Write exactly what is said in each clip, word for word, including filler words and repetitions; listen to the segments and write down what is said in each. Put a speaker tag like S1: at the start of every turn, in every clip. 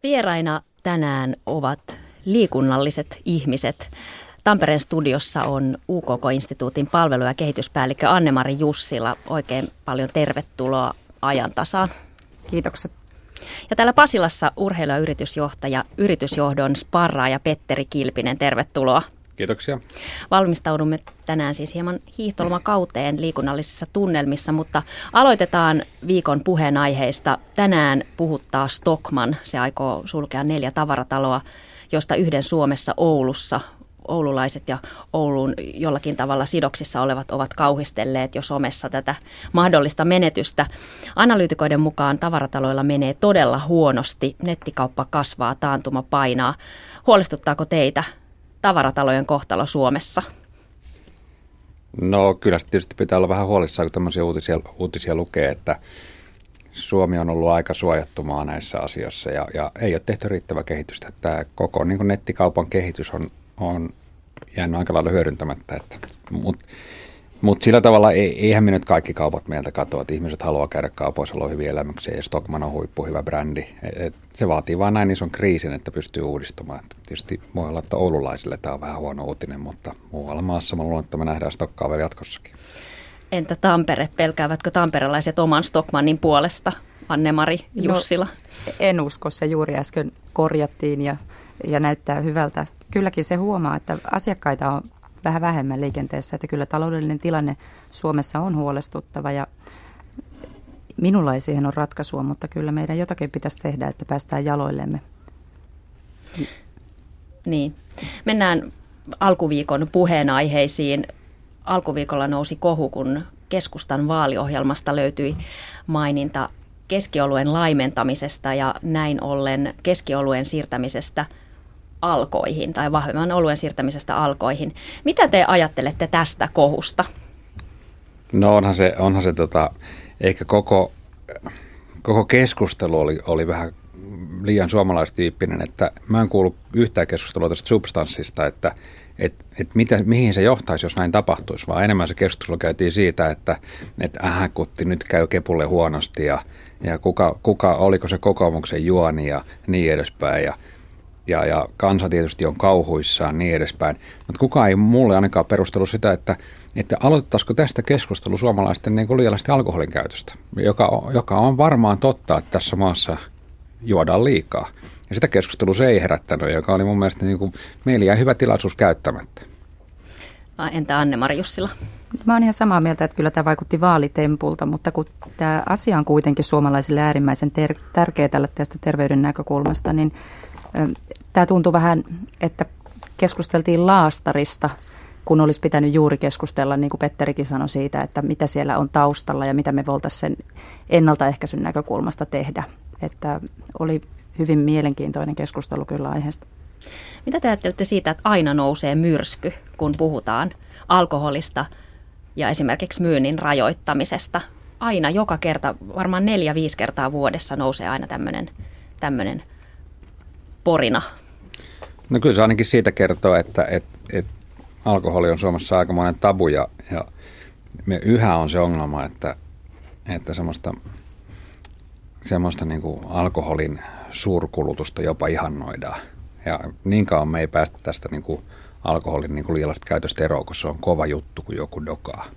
S1: Vieraina tänään ovat liikunnalliset ihmiset. Tampereen studiossa on U K K-instituutin palvelu- ja kehityspäällikkö Anne-Mari Jussila. Oikein paljon tervetuloa Ajantasaan.
S2: Kiitokset.
S1: Ja täällä Pasilassa urheilu- ja yritysjohtaja, yritysjohdon sparraaja Petteri Kilpinen. Tervetuloa.
S3: Kiitoksia.
S1: Valmistaudumme tänään siis hieman hiihtolomakauteen liikunnallisissa tunnelmissa, mutta aloitetaan viikon puheenaiheista. Tänään puhuttaa Stockmann. Se aikoo sulkea neljä tavarataloa, josta yhden Suomessa Oulussa. Oululaiset ja Ouluun jollakin tavalla sidoksissa olevat ovat kauhistelleet jo somessa tätä mahdollista menetystä. Analyytikoiden mukaan tavarataloilla menee todella huonosti. Nettikauppa kasvaa, taantuma painaa. Huolestuttaako teitä tavaratalojen kohtalo Suomessa?
S3: No kyllä tietysti pitää olla vähän huolissaan, kun tämmöisiä uutisia, uutisia lukee, että Suomi on ollut aika suojattu maa näissä asioissa ja, ja ei ole tehty riittävää kehitystä. Tämä koko niin kuin nettikaupan kehitys on, on jäänyt aika lailla hyödyntämättä, mutta mut sillä tavalla ei, eihän me nyt kaikki kaupat meiltä katoa, että ihmiset haluaa käydä kaupoissa, on hyviä elämyksiä ja Stockmann on huippu, hyvä brändi. Et se vaatii vaan näin ison kriisin, että pystyy uudistumaan. Et tietysti voi olla, että oululaisille tämä on vähän huono uutinen, mutta muualla maassa mä luulen, että me nähdään Stokkaa vielä jatkossakin.
S1: Entä Tampere? Pelkäävätkö tamperelaiset oman Stockmannin puolesta? Anne-Mari Jussila.
S2: No, en usko, se juuri äsken korjattiin ja, ja näyttää hyvältä. Kylläkin se huomaa, että asiakkaita on vähän vähemmän liikenteessä, että kyllä taloudellinen tilanne Suomessa on huolestuttava ja minulla ei siihen ole ratkaisua, mutta kyllä meidän jotakin pitäisi tehdä, että päästään jaloillemme.
S1: Niin. Mennään alkuviikon puheenaiheisiin. Alkuviikolla nousi kohu, kun keskustan vaaliohjelmasta löytyi maininta keskioluen laimentamisesta ja näin ollen keskioluen siirtämisestä alkoihin tai vahvemman oluen siirtämisestä alkoihin. Mitä te ajattelette tästä kohusta?
S3: No onhan se, onhan se tota, ehkä koko, koko keskustelu oli, oli vähän liian suomalaistyyppinen, että mä en kuullut yhtään keskustelua tästä substanssista, että et, et mitä, mihin se johtaisi, jos näin tapahtuisi, vaan enemmän se keskustelu käytiin siitä, että et ähäkutti nyt käy kepulle huonosti ja, ja kuka, kuka, oliko se kokoomuksen juoni ja niin edespäin ja Ja, ja kansa tietysti on kauhuissaan niin edespäin, mutta kukaan ei mulle ainakaan perustellut sitä, että, että aloitettaisiko tästä keskustelu suomalaisten niin kuin liiallisesta alkoholin käytöstä, joka, joka on varmaan totta, että tässä maassa juodaan liikaa. Ja sitä keskustelua se ei herättänyt, joka oli mun mielestä niin kuin, meillä jäi hyvä tilaisuus käyttämättä.
S1: Entä Anne-Mari Jussila?
S2: Mä oon ihan samaa mieltä, että kyllä tämä vaikutti vaalitempulta, mutta kun tämä asia on kuitenkin suomalaisille äärimmäisen ter- tärkeä tällä tästä terveyden näkökulmasta, niin tämä tuntuu vähän, että keskusteltiin laastarista, kun olisi pitänyt juuri keskustella, niin kuin Petterikin sanoi siitä, että mitä siellä on taustalla ja mitä me voitaisiin sen ennaltaehkäisyn näkökulmasta tehdä. Että oli hyvin mielenkiintoinen keskustelu kyllä aiheesta.
S1: Mitä te ajattelette siitä, että aina nousee myrsky, kun puhutaan alkoholista ja esimerkiksi myynnin rajoittamisesta? Aina, joka kerta, varmaan neljä, viisi kertaa vuodessa nousee aina tämmöinen tämmöinen porina.
S3: No kyllä se ainakin siitä kertoo, että, että, että alkoholi on Suomessa aikamoinen tabu ja, ja me yhä on se ongelma, että, että semmoista, semmoista niin kuin alkoholin suurkulutusta jopa ihannoidaan. Ja niin kauan me ei päästä tästä niin kuin alkoholin niin kuin liiallisesta käytöstä eroon, kun se on kova juttu, kun joku dokaa.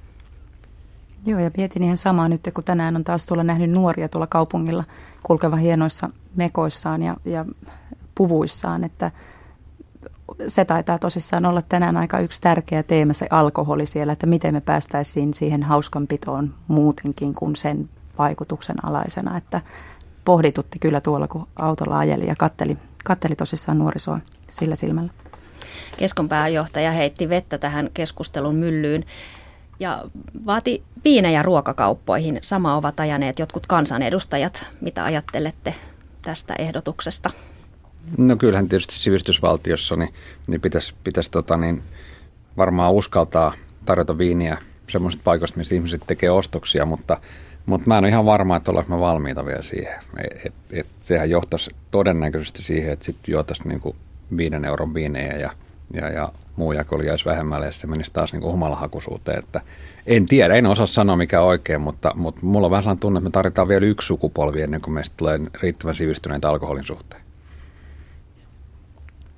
S2: Joo, ja mietin ihan samaa nyt, kun tänään on taas tuolla nähnyt nuoria tuolla kaupungilla kulkeva hienoissa mekoissaan ja, ja puvuissaan, että se taitaa tosissaan olla tänään aika yksi tärkeä teema, se alkoholi siellä, että miten me päästäisiin siihen hauskanpitoon muutenkin kuin sen vaikutuksen alaisena, että pohditutti kyllä tuolla, kun autolla ajeli ja katteli, katteli tosissaan nuorisoa sillä silmällä.
S1: Keskon pääjohtaja heitti vettä tähän keskustelun myllyyn ja vaati viinejä ruokakauppoihin. Sama ovat ajaneet jotkut kansanedustajat. Mitä ajattelette tästä ehdotuksesta?
S3: No kyllähän tietysti sivistysvaltiossa niin, niin pitäisi, pitäisi tota, niin varmaan uskaltaa tarjota viiniä semmoisista paikoista, missä ihmiset tekee ostoksia, mutta, mutta mä en ole ihan varma, että ollaanko me valmiita vielä siihen. Et, et, et, sehän johtaisi todennäköisesti siihen, että sitten juotaisiin niin kuin viiden euron viinejä ja, ja, ja muu jakolu jäisi vähemmälle ja se menisi taas niin kuin humalahakuisuuteen. Että en tiedä, en osaa sanoa mikä oikein, mutta, mutta mulla on vähän sellainen tunne, että me tarvitaan vielä yksi sukupolvi ennen kuin meistä tulee riittävän sivistyneitä alkoholin suhteen.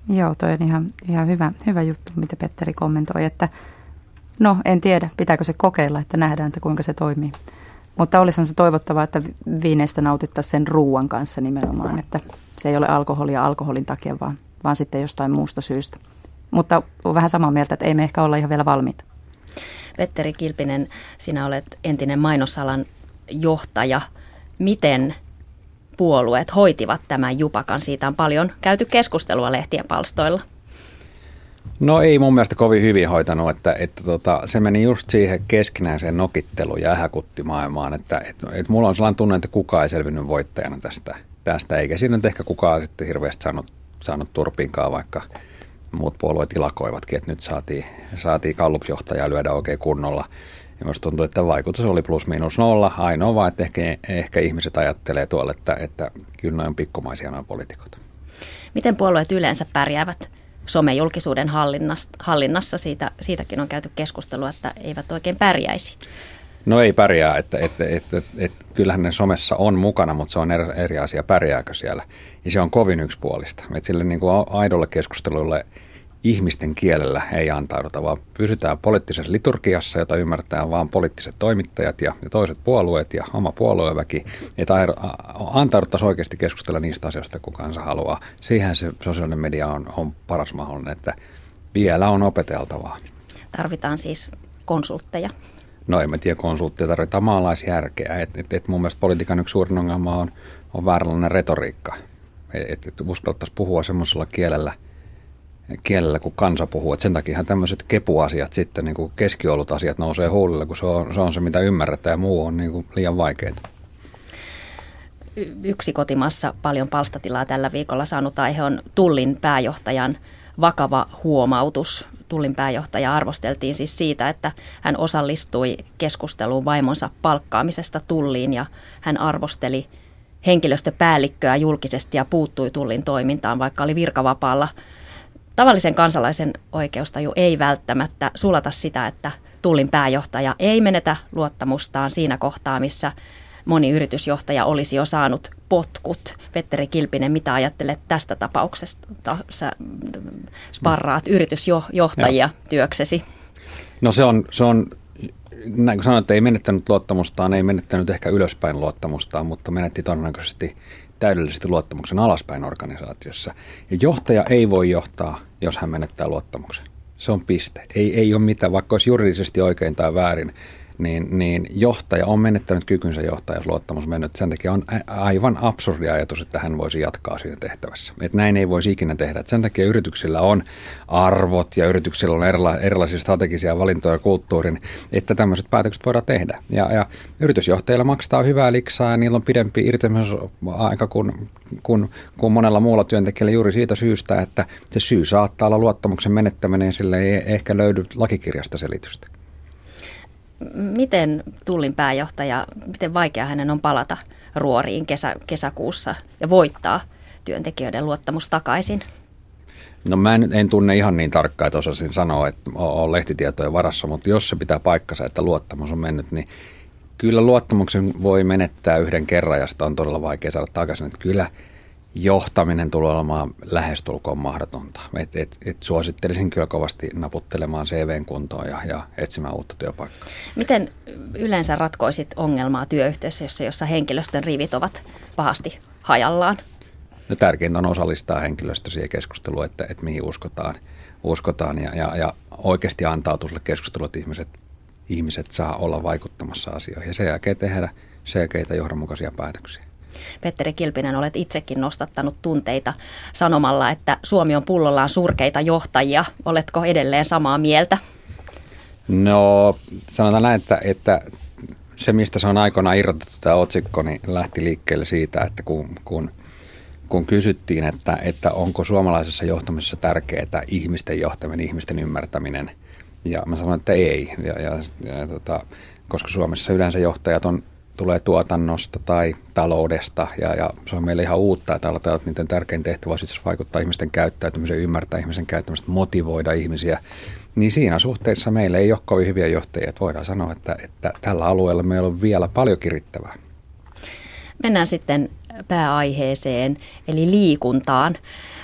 S2: Joo, toi on ihan, ihan hyvä, hyvä juttu, mitä Petteri kommentoi, että no en tiedä, pitääkö se kokeilla, että nähdään, että kuinka se toimii. Mutta olisihan se toivottavaa, että viineistä nautittaisiin sen ruuan kanssa nimenomaan, että se ei ole alkoholia alkoholin takia, vaan, vaan sitten jostain muusta syystä. Mutta on vähän samaa mieltä, että ei me ehkä olla ihan vielä valmiita.
S1: Petteri Kilpinen, sinä olet entinen mainosalan johtaja. Miten puolueet hoitivat tämän jupakan? Siitä on paljon käyty keskustelua lehtien palstoilla.
S3: No ei mun mielestä kovin hyvin hoitanut, että, että tota, se meni just siihen keskinäiseen nokitteluun ja ähäkuttimaailmaan, että, että, että mulla on sellainen tunne, että kukaan ei selvinnyt voittajana tästä, tästä eikä siinä nyt ehkä kukaan sitten hirveästi saanut, saanut turpiinkaan, vaikka muut puolueet ilakoivatkin, että nyt saatiin, saatiin Gallup-johtajaa lyödä oikein kunnolla. Ja musta tuntuu, että vaikutus oli plus miinus nolla. Ainoa vaan, että ehkä, ehkä ihmiset ajattelee tuolla, että, että kyllä noin on pikkumaisia noin poliitikot.
S1: Miten puolueet yleensä pärjäävät somejulkisuuden hallinnassa? Siitä, siitäkin on käyty keskustelua, että eivät oikein pärjäisi.
S3: No ei pärjää, että, että, että, että, että kyllähän ne somessa on mukana, mutta se on eri, eri asia, pärjääkö siellä. Ja se on kovin yksipuolista. Että sille niin kuin aidolle keskustelulle ihmisten kielellä ei antauduta, vaan pysytään poliittisessa liturgiassa, jota ymmärtää vain poliittiset toimittajat ja, ja toiset puolueet ja oma puolueväki. Että antauduttaisiin oikeasti keskustella niistä asioista, kun kansa haluaa. Siihen se sosiaalinen media on, on paras mahdollinen, että vielä on opeteltavaa.
S1: Tarvitaan siis konsultteja.
S3: No en mä tiedä, konsultteja tarvitaan maalaisjärkeä. Et, et, et mun mielestä politiikan yksi suurin ongelma on, on vääränlainen retoriikka. Että et uskaltaisiin puhua semmoisella kielellä, kielellä, kun kansa puhuu. Et sen takiahan tämmöiset kepuasiat sitten, niin kuin keskiolut asiat nousee huulille, kun se on, se on se, mitä ymmärretään ja muu on niin kuin liian vaikeaa.
S1: Yksi kotimaassa paljon palstatilaa tällä viikolla saanut aihe on Tullin pääjohtajan vakava huomautus. Tullin pääjohtaja arvosteltiin siis siitä, että hän osallistui keskusteluun vaimonsa palkkaamisesta Tulliin ja hän arvosteli henkilöstöpäällikköä julkisesti ja puuttui Tullin toimintaan, vaikka oli virkavapaalla. Tavallisen kansalaisen oikeustaju ei välttämättä sulata sitä, että Tullin pääjohtaja ei menetä luottamustaan siinä kohtaa, missä moni yritysjohtaja olisi jo saanut potkut. Petteri Kilpinen, mitä ajattelet tästä tapauksesta? Sä sparraat yritysjohtajia Joo. työksesi.
S3: No se on, se on, näin kuin sanoin, että ei menettänyt luottamustaan, ei menettänyt ehkä ylöspäin luottamustaan, mutta menetti todennäköisesti täydellisesti luottamuksen alaspäin organisaatiossa. Ja johtaja ei voi johtaa, jos hän menettää luottamuksen. Se on piste. Ei, ei ole mitään, vaikka olisi juridisesti oikein tai väärin, niin, niin johtaja on menettänyt kykynsä johtaa, jos luottamus on mennyt. Sen takia on aivan absurdi ajatus, että hän voisi jatkaa siinä tehtävässä. Että näin ei voisi ikinä tehdä. Et sen takia yrityksillä on arvot ja yrityksillä on erila- erilaisia strategisia valintoja ja kulttuurin, että tämmöiset päätökset voidaan tehdä. Ja, ja yritysjohtajilla maksetaan hyvää liksaa ja niillä on pidempi irtisanomisaika kuin, kuin, kuin monella muulla työntekijällä juuri siitä syystä, että se syy saattaa olla luottamuksen menettäminen ja sille ei ehkä löydy lakikirjasta selitystä.
S1: Miten Tullin pääjohtaja, miten vaikea hänen on palata ruoriin kesä, kesäkuussa ja voittaa työntekijöiden luottamus takaisin?
S3: No mä en, en tunne ihan niin tarkkaan, että osasin sanoa, että olen lehtitietojen varassa, mutta jos se pitää paikkansa, että luottamus on mennyt, niin kyllä luottamuksen voi menettää yhden kerran ja sitä on todella vaikea saada takaisin. Että kyllä johtaminen tulee olemaan lähestulkoon mahdotonta. Et, et, et suosittelisin kyllä kovasti naputtelemaan C V:n kuntoon ja, ja etsimään uutta työpaikkaa.
S1: Miten yleensä ratkoisit ongelmaa työyhteisössä, jossa henkilöstön rivit ovat pahasti hajallaan?
S3: No, tärkeintä on osallistaa henkilöstö siihen keskusteluun, että, että mihin uskotaan, uskotaan ja, ja, ja oikeasti antautua sille keskustelulle, että ihmiset, ihmiset saa olla vaikuttamassa asioihin ja sen jälkeen tehdä selkeitä johdonmukaisia päätöksiä.
S1: Petteri Kilpinen, olet itsekin nostattanut tunteita sanomalla, että Suomi on pullollaan surkeita johtajia. Oletko edelleen samaa mieltä?
S3: No sanotaan näin, että, että se mistä se on aikoinaan irrotettu tämä otsikko, niin lähti liikkeelle siitä, että kun, kun, kun kysyttiin, että, että onko suomalaisessa johtamisessa tärkeää ihmisten johtaminen, ihmisten ymmärtäminen. Ja mä sanoin, että ei, ja, ja, ja, tota, koska Suomessa yleensä johtajat on tulee tuotannosta tai taloudesta, ja, ja se on meille ihan uutta, että aletaan, että niiden tärkein tehtävä on siis vaikuttaa ihmisten käyttäytymiseen, ymmärtää ihmisen käyttämistä, motivoida ihmisiä, niin siinä suhteessa meillä ei ole kovin hyviä johtajia, että voidaan sanoa, että, että tällä alueella meillä on vielä paljon kirittävää.
S1: Mennään sitten pääaiheeseen, eli liikuntaan.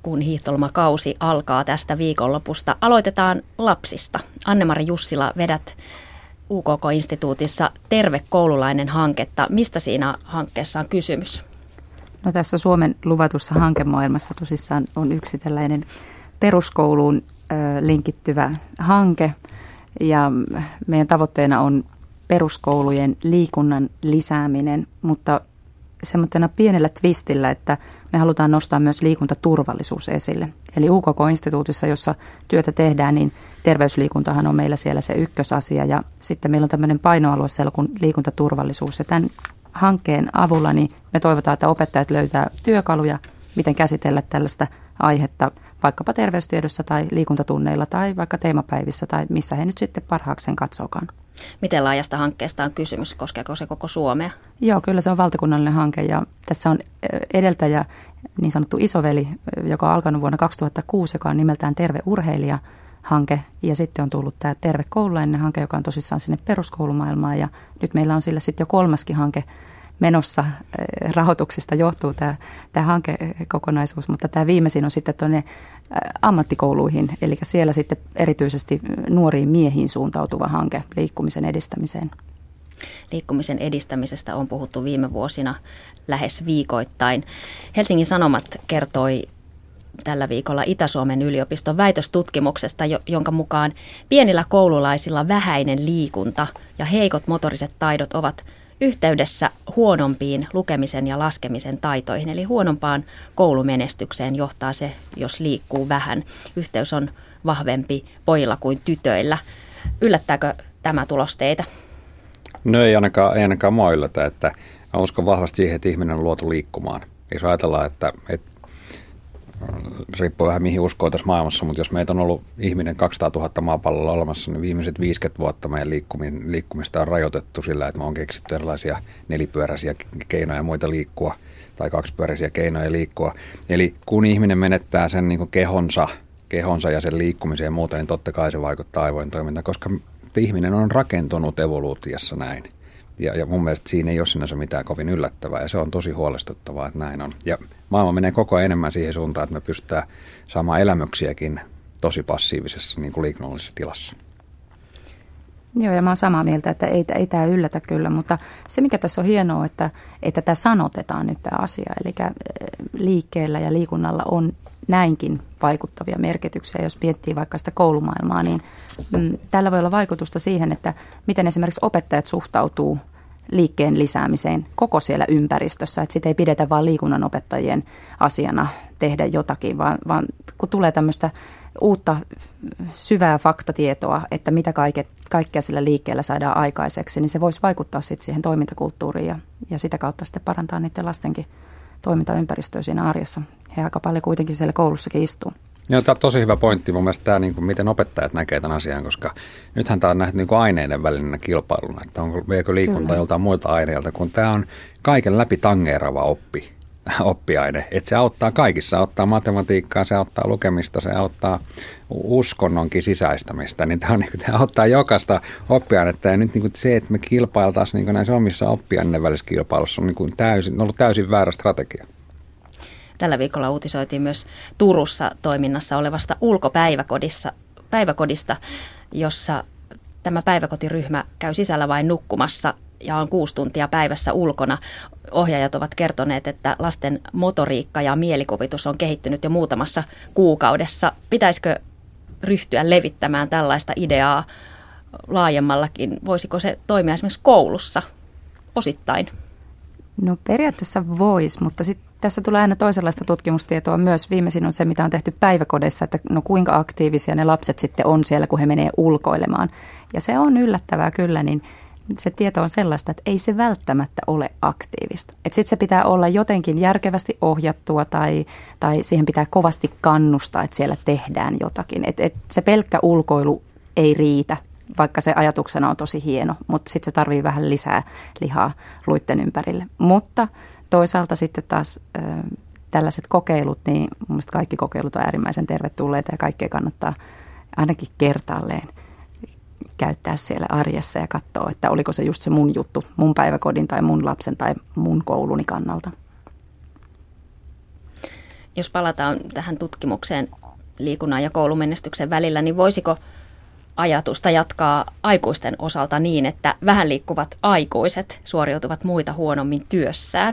S1: kun hiihtolomakausi alkaa tästä viikonlopusta. Aloitetaan lapsista. Anne-Mari Jussila, vedät U K K-instituutissa Terve koululainen -hanketta. Mistä siinä hankkeessa on kysymys?
S2: No tässä Suomen luvatussa hankemaailmassa tosissaan on yksi tällainen peruskouluun ö, linkittyvä hanke. Ja meidän tavoitteena on peruskoulujen liikunnan lisääminen, mutta semmoisena pienellä twistillä, että me halutaan nostaa myös liikuntaturvallisuus esille. Eli U K K-instituutissa, jossa työtä tehdään, niin terveysliikuntahan on meillä siellä se ykkösasia. Ja sitten meillä on tämmöinen painoalue siellä kuin liikuntaturvallisuus. Ja tämän hankkeen avulla niin me toivotaan, että opettajat löytää työkaluja, miten käsitellä tällaista aihetta vaikkapa terveystiedossa tai liikuntatunneilla tai vaikka teemapäivissä tai missä he nyt sitten parhaakseen katsookaan.
S1: Miten laajasta hankkeesta on kysymys? Koskeeko se koko Suomea?
S2: Joo, kyllä se on valtakunnallinen hanke ja tässä on edeltäjä niin sanottu isoveli, joka on alkanut vuonna kaksituhattakuusi, joka on nimeltään Terve urheilija-hanke. Ja sitten on tullut tämä Terve koululainen -hanke, joka on tosissaan sinne peruskoulumaailmaan. Ja nyt meillä on sillä sitten jo kolmaskin hanke menossa. Rahoituksista johtuu tämä, tämä hankekokonaisuus, mutta tämä viimeisin on sitten tuonne ammattikouluihin. Eli siellä sitten erityisesti nuoriin miehiin suuntautuva hanke liikkumisen edistämiseen.
S1: Liikkumisen edistämisestä on puhuttu viime vuosina lähes viikoittain. Helsingin Sanomat kertoi tällä viikolla Itä-Suomen yliopiston väitöstutkimuksesta, jonka mukaan pienillä koululaisilla vähäinen liikunta ja heikot motoriset taidot ovat yhteydessä huonompiin lukemisen ja laskemisen taitoihin, eli huonompaan koulumenestykseen johtaa se, jos liikkuu vähän. Yhteys on vahvempi pojilla kuin tytöillä. Yllättääkö tämä tulos teitä?
S3: No ei ainakaan, ei ainakaan mua yllätä, että mä uskon vahvasti siihen, että ihminen on luotu liikkumaan. Jos ajatellaan, että, että riippuu vähän mihin uskoo tässä maailmassa, mutta jos meitä on ollut ihminen kaksisataatuhatta maapallolla olemassa, niin viimeiset viisikymmentä vuotta meidän liikkumista on rajoitettu sillä, että me on keksitty erilaisia nelipyöräisiä keinoja ja muita liikkua tai kaksipyöräisiä keinoja liikkua. Eli kun ihminen menettää sen niin kuin kehonsa, kehonsa ja sen liikkumisen ja muuta, niin totta kai se vaikuttaa aivojen toimintaan, koska ihminen on rakentunut evoluutiossa näin. Ja, ja mun mielestä siinä ei ole sinänsä mitään kovin yllättävää ja se on tosi huolestuttavaa, että näin on. Ja maailma menee koko ajan enemmän siihen suuntaan, että me pystytään saamaan elämyksiäkin tosi passiivisessa niin kuin liikunnallisessa tilassa.
S2: Joo, ja mä oon samaa mieltä, että ei, ei tämä yllätä kyllä, mutta se mikä tässä on hienoa, että, että tämä sanotetaan nyt tämä asia, eli liikkeellä ja liikunnalla on näinkin vaikuttavia merkityksiä. Jos miettii vaikka sitä koulumaailmaa, niin mm, tällä voi olla vaikutusta siihen, että miten esimerkiksi opettajat suhtautuu liikkeen lisäämiseen koko siellä ympäristössä. Että sitä ei pidetä vain liikunnan opettajien asiana tehdä jotakin, vaan, vaan kun tulee tämmöistä uutta syvää faktatietoa, että mitä kaiket, kaikkea sillä liikkeellä saadaan aikaiseksi, niin se voisi vaikuttaa sitten siihen toimintakulttuuriin ja, ja sitä kautta sitten parantaa niiden lastenkin toimintaympäristöä siinä arjessa. He aika paljon kuitenkin siellä koulussakin istuu.
S3: Joo, tämä on tosi hyvä pointti mun mielestä tämä, niin kuin, miten opettajat näkee tämän asian, koska nythän tämä on nähty niin kuin aineiden välinen kilpailuna, että onko, viekö liikunta Kyllä. joltain muilta aineilta, kun tämä on kaiken läpi tangeerava oppi, oppiaine. Että se auttaa kaikissa, se auttaa matematiikkaa, se auttaa lukemista, se auttaa uskonnonkin sisäistämistä, niin tämä, on, niin kuin, tämä auttaa jokaista oppiainetta. Ja nyt niin kuin se, että me kilpailtaisiin niin kuin näissä omissa oppiaineiden välisessä kilpailussa, on niin kuin täysin, ollut täysin väärä strategia.
S1: Tällä viikolla uutisoitiin myös Turussa toiminnassa olevasta ulkopäiväkodissa, päiväkodista, jossa tämä päiväkotiryhmä käy sisällä vain nukkumassa ja on kuusi tuntia päivässä ulkona. Ohjaajat ovat kertoneet, että lasten motoriikka ja mielikuvitus on kehittynyt jo muutamassa kuukaudessa. Pitäisikö ryhtyä levittämään tällaista ideaa laajemmallakin? Voisiko se toimia esimerkiksi koulussa osittain?
S2: No periaatteessa voisi, mutta sitten tässä tulee aina toisenlaista tutkimustietoa myös. Viimeisin on se, mitä on tehty päiväkodeissa, että no kuinka aktiivisia ne lapset sitten on siellä, kun he menee ulkoilemaan. Ja se on yllättävää kyllä, niin se tieto on sellaista, että ei se välttämättä ole aktiivista. Että sitten se pitää olla jotenkin järkevästi ohjattua tai, tai siihen pitää kovasti kannustaa, että siellä tehdään jotakin. Että et se pelkkä ulkoilu ei riitä, vaikka se ajatuksena on tosi hieno, mutta sitten se tarvii vähän lisää lihaa luitten ympärille. Mutta toisaalta sitten taas ö, tällaiset kokeilut, niin mun mielestä kaikki kokeilut on äärimmäisen tervetulleita ja kaikkea kannattaa ainakin kertaalleen käyttää siellä arjessa ja katsoa, että oliko se just se mun juttu, mun päiväkodin tai mun lapsen tai mun kouluni kannalta.
S1: jos palataan tähän tutkimukseen liikunnan ja koulumenestyksen välillä, niin voisiko ajatusta jatkaa aikuisten osalta niin, että vähän liikkuvat aikuiset suoriutuvat muita huonommin työssään?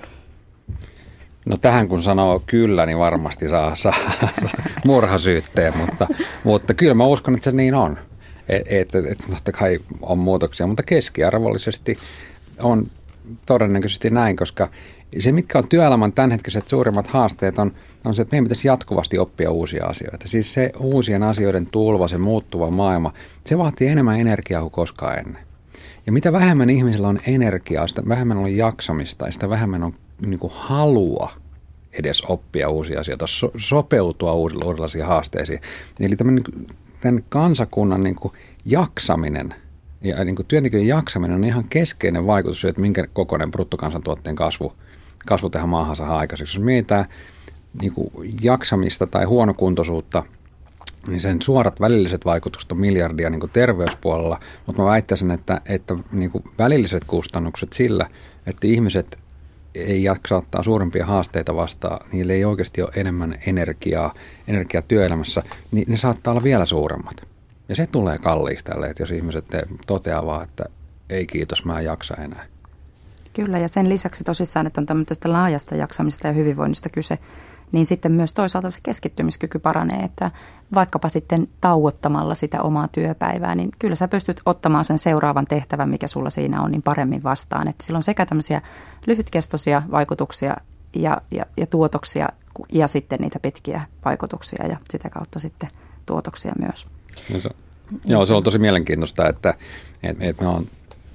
S3: No tähän kun sanoo kyllä, niin varmasti saa, saa murhasyytteen, mutta, mutta kyllä mä uskon, että se niin on. Että et, et, totta kai on muutoksia, mutta keskiarvollisesti on todennäköisesti näin, koska se, mitkä on työelämän tämänhetkiset suurimmat haasteet, on, on se, että meidän pitäisi jatkuvasti oppia uusia asioita. Siis se uusien asioiden tulva, se muuttuva maailma, se vaatii enemmän energiaa kuin koskaan ennen. Ja mitä vähemmän ihmisillä on energiaa, sitä vähemmän on jaksamista ja sitä vähemmän on niin kuin halua edes oppia uusia asioita, so, sopeutua uudenlaisiin haasteisiin. Eli tämän, tämän kansakunnan niin kuin jaksaminen ja niin kuin työntekijöiden jaksaminen on ihan keskeinen vaikutus, että minkä kokoinen bruttokansantuotteen kasvu, kasvu tähän maahan saa aikaiseksi. Jos mietitään niin kuin jaksamista tai huonokuntoisuutta, niin sen suorat välilliset vaikutukset on miljardia niin kuin terveyspuolella, mutta mä väittäisin, että, että niin kuin välilliset kustannukset sillä, että ihmiset ei jaksa ottaa suurempia haasteita vastaan, niille ei oikeasti ole enemmän energiaa, energiaa työelämässä, niin ne saattaa olla vielä suuremmat. Ja se tulee kalliiksi tälle, että jos ihmiset toteaa vaan, että ei kiitos, mä en jaksa enää.
S2: Kyllä, ja sen lisäksi tosissaan, että on tämmöistä laajasta jaksamista ja hyvinvoinnista kyse, niin sitten myös toisaalta se keskittymiskyky paranee, että vaikkapa sitten tauottamalla sitä omaa työpäivää, niin kyllä sä pystyt ottamaan sen seuraavan tehtävän, mikä sulla siinä on, niin paremmin vastaan. Että sillä on sekä tämmöisiä lyhytkestoisia vaikutuksia ja, ja, ja tuotoksia ja sitten niitä pitkiä vaikutuksia ja sitä kautta sitten tuotoksia myös.
S3: No se, joo, se on tosi mielenkiintoista, että, että, että me on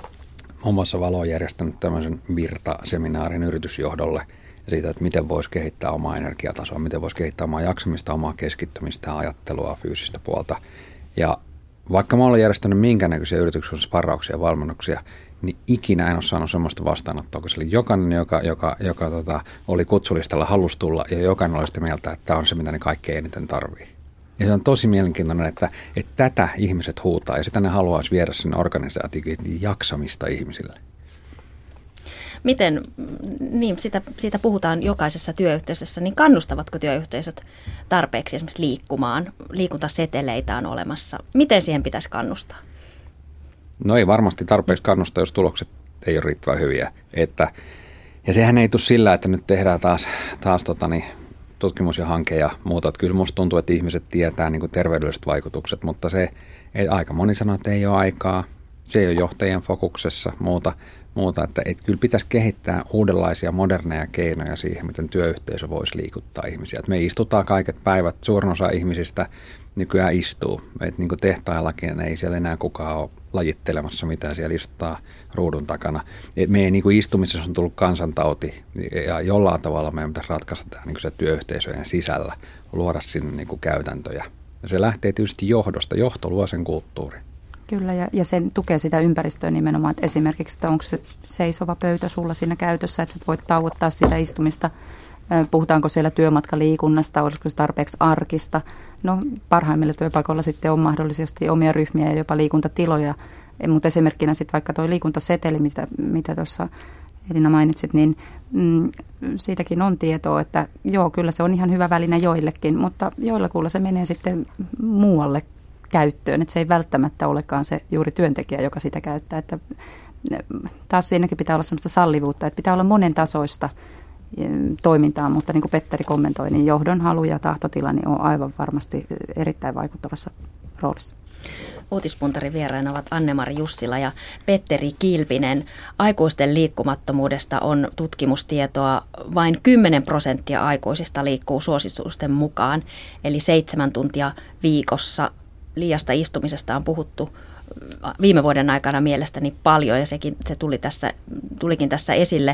S3: muun muassa Valo järjestänyt tämmöisen Virta-seminaarin yritysjohdolle siitä, että miten voisi kehittää omaa energiatasoa, miten voisi kehittää omaa jaksamista, omaa keskittymistä, ajattelua, fyysistä puolta. Ja vaikka mä olen järjestänyt minkä näköisiä yrityksen sparrauksia ja valmennuksia, niin ikinä en ole saanut sellaista vastaanottoa, kun se oli jokainen, joka, joka, joka tota, oli kutsulistalla, halusi tulla, ja jokainen oli sitä mieltä, että tämä on se, mitä ne kaikkein eniten tarvii. Ja se on tosi mielenkiintoinen, että, että tätä ihmiset huutaa, ja sitä ne haluaisi viedä sinne organisaatioon jaksamista ihmisille.
S1: Miten, niin sitä, siitä puhutaan jokaisessa työyhteisössä, niin kannustavatko työyhteisöt tarpeeksi esimerkiksi liikkumaan? Liikuntaseteleitä on olemassa. Miten siihen pitäisi kannustaa?
S3: No ei varmasti tarpeeksi kannustaa, jos tulokset ei ole riittävän hyviä. Että, ja sehän ei tule sillä, että nyt tehdään taas, taas tota niin, tutkimus ja hanke ja muuta. Että kyllä musta tuntuu, että ihmiset tietää niin kuin terveydelliset vaikutukset, mutta se ei, aika moni sanoo, että ei ole aikaa. Se ei ole johtajien fokuksessa, muuta. Muuta, että, että kyllä pitäisi kehittää uudenlaisia moderneja keinoja siihen, miten työyhteisö voisi liikuttaa ihmisiä. Että me istutaan kaiket päivät, suurin osa ihmisistä nykyään istuu. Että niin kuin tehtaillakin ei siellä enää kukaan ole lajittelemassa mitään, siellä istuttaa ruudun takana. Et meidän niin kuin istumisessa on tullut kansantauti ja jollain tavalla meidän pitäisi ratkaista tämä niin kuin se työyhteisöjen sisällä, luoda sinne niin kuin käytäntöjä. Ja se lähtee tietysti johdosta, johto luo sen kulttuurin.
S2: Kyllä, ja, ja sen tukee sitä ympäristöä nimenomaan, että esimerkiksi, että onko se seisova pöytä sulla siinä käytössä, että sä voit tauottaa sitä istumista, puhutaanko siellä työmatkaliikunnasta, olisiko se tarpeeksi arkista. No parhaimmilla työpaikoilla sitten on mahdollisesti omia ryhmiä ja jopa liikuntatiloja, mutta esimerkkinä sitten vaikka tuo liikuntaseteli, mitä, mitä tuossa Elina mainitsit, niin mm, siitäkin on tietoa, että joo, kyllä se on ihan hyvä väline joillekin, mutta joillakulla se menee sitten muualle käyttöön, että se ei välttämättä olekaan se juuri työntekijä, joka sitä käyttää. Että taas siinäkin pitää olla sellaista sallivuutta, että pitää olla monen tasoista toimintaa, mutta niin kuin Petteri kommentoi, niin johdon halu ja tahtotila niin on aivan varmasti erittäin vaikuttavassa roolissa.
S1: Uutispuntarin vieraina ovat Anne-Mari Jussila ja Petteri Kilpinen. Aikuisten liikkumattomuudesta on tutkimustietoa. Vain kymmenen prosenttia aikuisista liikkuu suositusten mukaan, eli seitsemän tuntia viikossa. Liiasta istumisesta on puhuttu viime vuoden aikana mielestäni paljon, ja sekin, se tuli tässä, tulikin tässä esille.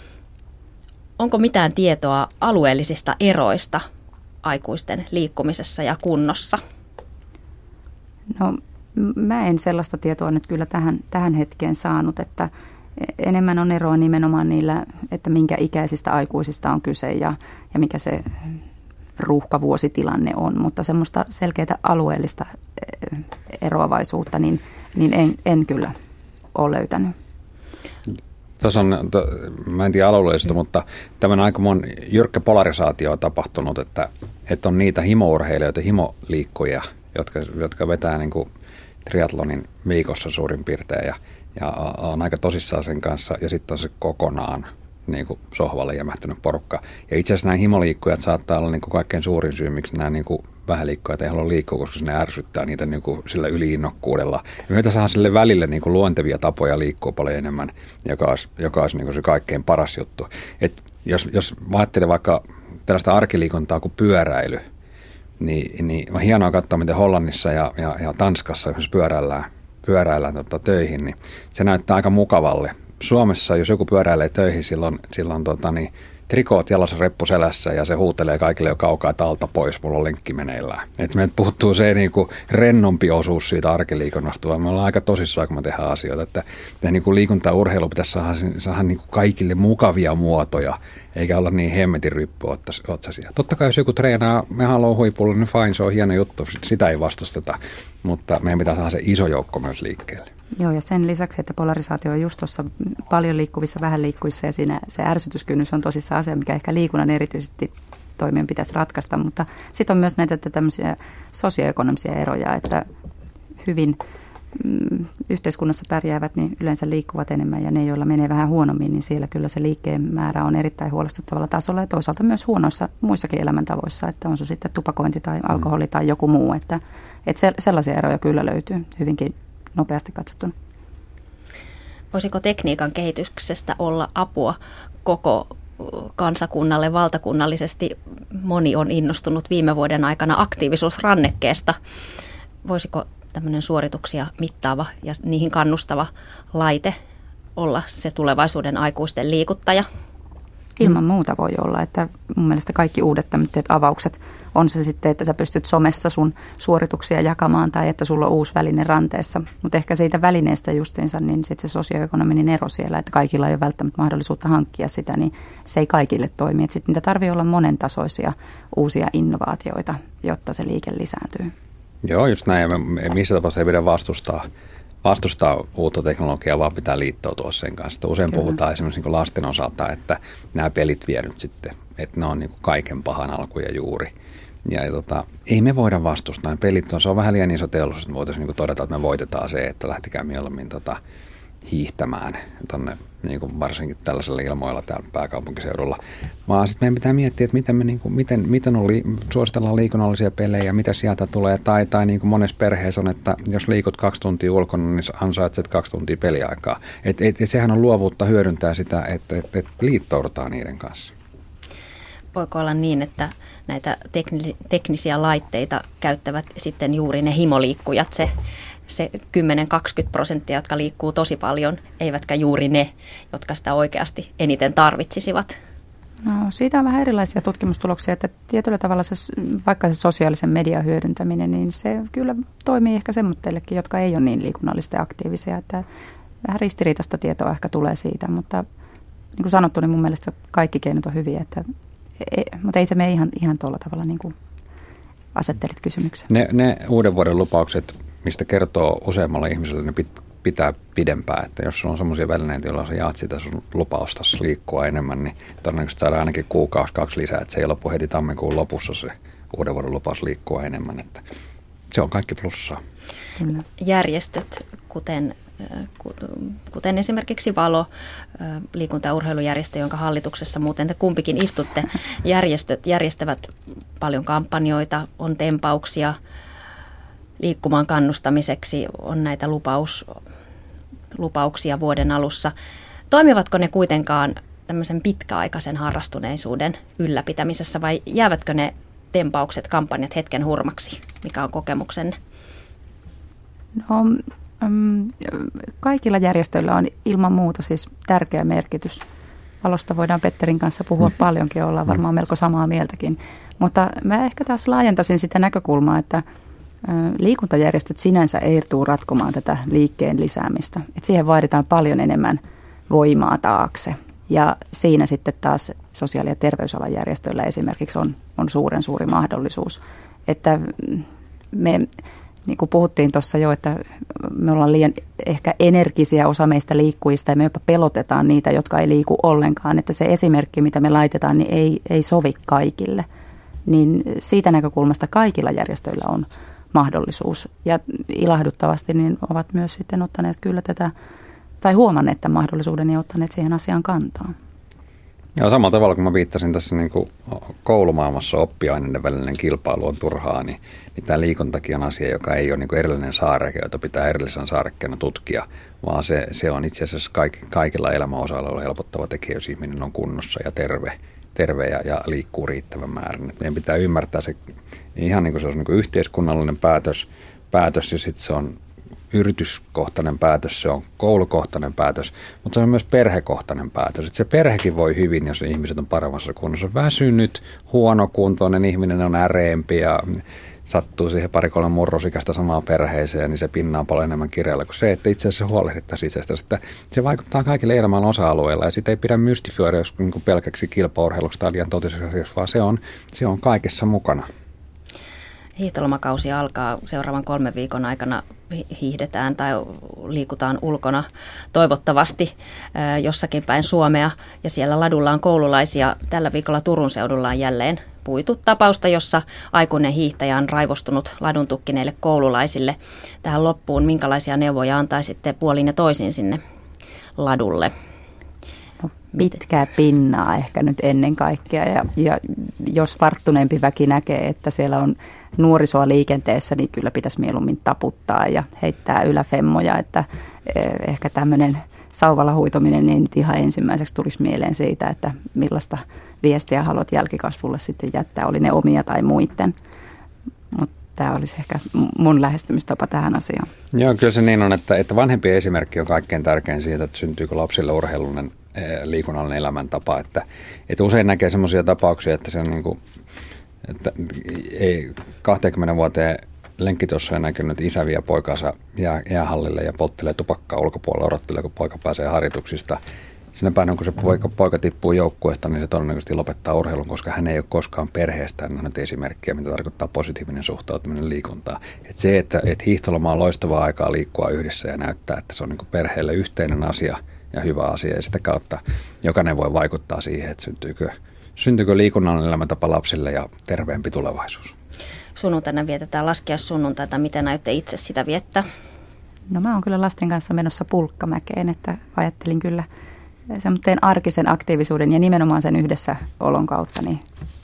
S1: Onko mitään tietoa alueellisista eroista aikuisten liikkumisessa ja kunnossa?
S2: No mä en sellaista tietoa nyt kyllä tähän, tähän hetkeen saanut, että enemmän on eroa nimenomaan niillä, että minkä ikäisistä aikuisista on kyse ja, ja mikä se ruuhkavuositilanne on, mutta semmoista selkeää alueellista eroavaisuutta niin, niin en, en kyllä ole löytänyt.
S3: Tuossa on, to, mä en tiedä alueellista, mutta tämmöinen aikamoinen jyrkkä polarisaatio on tapahtunut, että, että on niitä himourheilijoita, himoliikkujia, jotka, jotka vetää niin kuin triathlonin viikossa suurin piirtein ja, ja on aika tosissaan sen kanssa, ja sitten on se kokonaan niin kuin sohvalle jämähtynyt porukka. Ja itse asiassa nämä himoliikkujat saattaa olla niin kuin kaikkein suurin syy, miksi nämä niin kuin vähäliikkujat ei halua liikkua, koska se ne ärsyttää niitä niin kuin sillä yliinnokkuudella. Ja meitä saa sille välille niin kuin luontevia tapoja liikkua paljon enemmän, joka olisi, joka olisi niin kuin se kaikkein paras juttu. Et jos, jos ajattelee vaikka tällaista arkiliikuntaa kuin pyöräily, niin, niin on hienoa katsoa, miten Hollannissa ja, ja, ja Tanskassa, jos pyöräillään, pyöräillään tota, töihin, niin se näyttää aika mukavalle. Suomessa, jos joku pyöräilee töihin, silloin, silloin tota, niin, trikoot jalassa, reppu selässä ja se huutelee kaikille jo kaukaa, että alta pois, mulla on lenkki meneillään. Että meiltä puuttuu se niin kuin rennompi osuus siitä arkiliikunnasta, vaan me ollaan aika tosissaan, kun me tehdään asioita. Että, että niin kuin liikunta ja urheilu pitäisi saada, saada niin kuin kaikille mukavia muotoja, eikä olla niin hemmetin ryppyotsaisia. Totta kai jos joku treenaa, me haluaa huipulla, niin fine, se on hieno juttu, sitä ei vastusteta, mutta meidän pitää saada se iso joukko myös liikkeelle.
S2: Joo, ja sen lisäksi, että polarisaatio on just tuossa paljon liikkuvissa, vähän liikkuvissa, ja siinä se ärsytyskynnys on tosissaan asia, mikä ehkä liikunnan erityisesti toimien pitäisi ratkaista, mutta sitten on myös näitä tämmöisiä sosioekonomisia eroja, että hyvin mm, yhteiskunnassa pärjäävät, niin yleensä liikkuvat enemmän, ja ne, joilla menee vähän huonommin, niin siellä kyllä se liikkeen määrä on erittäin huolestuttavalla tasolla, ja toisaalta myös huonoissa muissakin elämäntavoissa, että on se sitten tupakointi tai alkoholi tai joku muu, että, että sellaisia eroja kyllä löytyy hyvinkin nopeasti katsottuna.
S1: Voisiko tekniikan kehityksestä olla apua koko kansakunnalle valtakunnallisesti? Moni on innostunut viime vuoden aikana aktiivisuusrannekkeesta. Voisiko tämmöinen suorituksia mittaava ja niihin kannustava laite olla se tulevaisuuden aikuisten liikuttaja?
S2: Ilman muuta voi olla, että mun mielestä kaikki uudet tämmöiset avaukset on se sitten, että sä pystyt somessa sun suorituksia jakamaan tai että sulla on uusi väline ranteessa. Mutta ehkä siitä välineestä justiinsa, niin sitten se sosioekonominen ero siellä, että kaikilla ei ole välttämättä mahdollisuutta hankkia sitä, niin se ei kaikille toimi. Sitten niitä tarvii olla monentasoisia uusia innovaatioita, jotta se liike lisääntyy. Joo,
S3: just näin. Missä tapauksessa ei pidä vastustaa. vastustaa uutta teknologiaa, vaan pitää liittoutua sen kanssa. Usein Kyllä. puhutaan esimerkiksi niin lasten osalta, että nämä pelit vie nyt sitten, että ne on niin kaiken pahan alku ja juuri. Ja tota, ei me voida vastustaa. Pelit on, se on vähän liian iso teollisuus, että voitaisiin niin todeta, että me voitetaan se, että lähtikää mieluummin tota, hiihtämään tonne, niin kuin varsinkin tällaisella ilmoilla täällä pääkaupunkiseudulla. Vaan sitten meidän pitää miettiä, että miten, me, niin kuin, miten, miten on li, suositellaan liikunnallisia pelejä, mitä sieltä tulee. Tai, tai niin kuin monessa perheessä on, että jos liikut kaksi tuntia ulkona, niin ansaitset kaksi tuntia peliaikaa. Et, et, et sehän on luovuutta hyödyntää sitä, että et, et liittoudutaan niiden kanssa.
S1: Voiko olla niin, että näitä tekni, teknisiä laitteita käyttävät sitten juuri ne himoliikkujat, se se kymmenen kaksikymmentä prosenttia, jotka liikkuu tosi paljon, eivätkä juuri ne, jotka sitä oikeasti eniten tarvitsisivat?
S2: No, siitä on vähän erilaisia tutkimustuloksia, että tietyllä tavalla se, vaikka se sosiaalisen median hyödyntäminen, niin se kyllä toimii ehkä semmoitteillekin, jotka ei ole niin liikunnallisesti aktiivisia. Että vähän ristiriitaista tietoa ehkä tulee siitä, mutta niin kuin sanottu, niin mun mielestä kaikki keinot on hyviä, että, ei, mutta ei se mene ihan, ihan tuolla tavalla niin kuin asettelit kysymyksen.
S3: Ne, ne uuden vuoden lupaukset, mistä kertoo useammalle ihmiselle, ne pitää pidempään. Että jos sulla on semmoisia välineitä, joilla sä jaat sitä sun lupausta liikkua enemmän, niin todennäköisesti saadaan ainakin kuukausi kaksi lisää. Että se ei lopu heti tammikuun lopussa se uuden vuoden lupaus liikkua enemmän. Että se on kaikki plussaa.
S1: Kyllä. Järjestöt, kuten, kuten esimerkiksi Valo, liikunta- ja urheilujärjestö, jonka hallituksessa muuten te kumpikin istutte, järjestöt järjestävät paljon kampanjoita, on tempauksia, liikkumaan kannustamiseksi, on näitä lupaus, lupauksia vuoden alussa. Toimivatko ne kuitenkaan tämmöisen pitkäaikaisen harrastuneisuuden ylläpitämisessä vai jäävätkö ne tempaukset, kampanjat hetken hurmaksi? Mikä on kokemuksenne?
S2: No, kaikilla järjestöillä on ilman muuta siis tärkeä merkitys. Valosta voidaan Petterin kanssa puhua paljonkin, ollaan varmaan melko samaa mieltäkin. Mutta mä ehkä taas laajentaisin sitä näkökulmaa, että liikuntajärjestöt sinänsä ei tule ratkomaan tätä liikkeen lisäämistä. Et siihen vaaditaan paljon enemmän voimaa taakse. Ja siinä sitten taas sosiaali- ja terveysalan järjestöillä esimerkiksi on, on suuren suuri mahdollisuus. Että me niin kuin puhuttiin tuossa jo, että me ollaan liian ehkä energisiä osa meistä liikkujista ja me jopa pelotetaan niitä, jotka ei liiku ollenkaan. Että se esimerkki, mitä me laitetaan, niin ei, ei sovi kaikille. Niin siitä näkökulmasta kaikilla järjestöillä on mahdollisuus. Ja ilahduttavasti niin ovat myös sitten ottaneet kyllä tätä, tai huomanneet tämän mahdollisuuden ja ottaneet siihen asiaan kantaa.
S3: Ja samalla tavalla kun mä viittasin tässä niin kuin koulumaailmassa oppiaineiden välinen kilpailu on turhaa, niin, niin tämä liikuntakin on asia, joka ei ole niin kuin erillinen saareke, jota pitää erillisenä saarekkeena tutkia, vaan se, se on itse asiassa kaik, kaikilla elämänosa-alueilla helpottava tekijä, jos ihminen on kunnossa ja terve, terve ja, ja liikkuu riittävän määrän. Et meidän pitää ymmärtää se ihan niin kuin se on niin kuin yhteiskunnallinen päätös, päätös ja sitten se on yrityskohtainen päätös, se on koulukohtainen päätös, mutta se on myös perhekohtainen päätös. Että se perhekin voi hyvin, jos ihmiset on paremmassa kunnossa. Väsynyt, huonokuntoinen ihminen on äreempi ja sattuu siihen pari-kolme murrosikäistä samaan perheeseen, niin se pinnaa paljon enemmän kirjalla kuin se, että itse asiassa huolehdittaisiin itsestä. Että se vaikuttaa kaikille elämän osa-alueilla ja sitä ei pidä mystifioida jos niin kuin pelkäksi kilpaurheiluksi tai liian totisessa asiassa, vaan se on, se on kaikessa mukana.
S1: Hiihtolomakausi alkaa seuraavan kolmen viikon aikana, hiihdetään tai liikutaan ulkona toivottavasti jossakin päin Suomea ja siellä ladulla on koululaisia. Tällä viikolla Turun seudulla on jälleen puitu tapausta, jossa aikuinen hiihtäjä on raivostunut ladun tukkineille koululaisille. Tähän loppuun minkälaisia neuvoja antaisitte puolin ja toisin sinne ladulle?
S2: No, pitkää pinnaa ehkä nyt ennen kaikkea ja, ja jos varttuneempi väki näkee, että siellä on nuorisoa liikenteessä, niin kyllä pitäisi mieluummin taputtaa ja heittää yläfemmoja, että ehkä tämmöinen sauvalla huitominen niin nyt ihan ensimmäiseksi tulisi mieleen siitä, että millaista viestiä haluat jälkikasvulle sitten jättää, oli ne omia tai muiden. Mutta tämä olisi ehkä mun lähestymistapa tähän asiaan.
S3: Joo, kyllä se niin on, että, että vanhempien esimerkki on kaikkein tärkein siitä, että syntyykö lapsille urheilullinen liikunnallinen elämäntapa. Että, että usein näkee semmoisia tapauksia, että se on niin kuin että ei kaksikymmentä vuoteen lenkkituossa näkynyt isä vie poikansa jää, jäähallille ja polttelee tupakkaa ulkopuolella, odottelee, kun poika pääsee harjoituksista. Sinä päivänä, kun se poika, poika tippuu joukkueesta, niin se todennäköisesti lopettaa urheilun, koska hän ei ole koskaan perheestään nähnyt esimerkkiä, mitä tarkoittaa positiivinen suhtautuminen liikuntaan. Et se, että et hiihtoloma on loistavaa aikaa liikkua yhdessä ja näyttää, että se on niin perheelle yhteinen asia ja hyvä asia. Ja sitä kautta jokainen voi vaikuttaa siihen, että syntyykö Syntyykö liikunnallinen elämäntapa lapsille ja terveempi tulevaisuus?
S1: Sunnuntaina vietetään laskiaissunnuntaita. Miten aiotte itse sitä viettää?
S2: No mä oon kyllä lasten kanssa menossa Pulkkamäkeen, että ajattelin kyllä semmoinen arkisen aktiivisuuden ja nimenomaan sen yhdessä olon kautta niin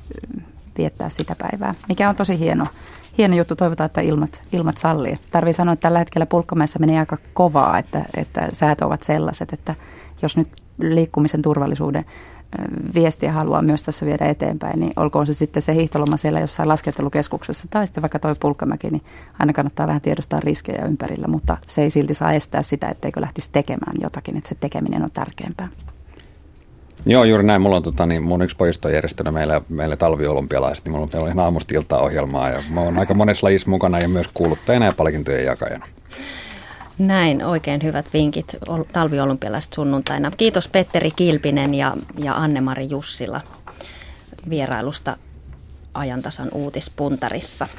S2: viettää sitä päivää, mikä on tosi hieno, hieno juttu. Toivotaan, että ilmat, ilmat sallii. Tarvii sanoa, että tällä hetkellä Pulkkamäessä menee aika kovaa, että, että säät ovat sellaiset, että jos nyt liikkumisen turvallisuuden viestiä haluaa myös tässä viedä eteenpäin, niin olkoon se sitten se hiihtoloma siellä jossain laskettelukeskuksessa tai sitten vaikka toi Pulkkamäki, niin aina kannattaa vähän tiedostaa riskejä ympärillä, mutta se ei silti saa estää sitä, etteikö lähtisi tekemään jotakin, että se tekeminen on tärkeämpää.
S3: Joo, juuri näin. Mulla on tota, niin mun yksi pojista on järjestänyt meille, meille talviolympialaiset, niin mulla on ihan aamusta iltaa ohjelmaa ja mä oon aika monessa lajissa mukana ja myös kuuluttajana ja palkintojen jakajana.
S1: Näin, oikein hyvät vinkit talviolympialaiset sunnuntaina. Kiitos Petteri Kilpinen ja, ja Anne-Mari Jussila vierailusta Ajantasan uutispuntarissa.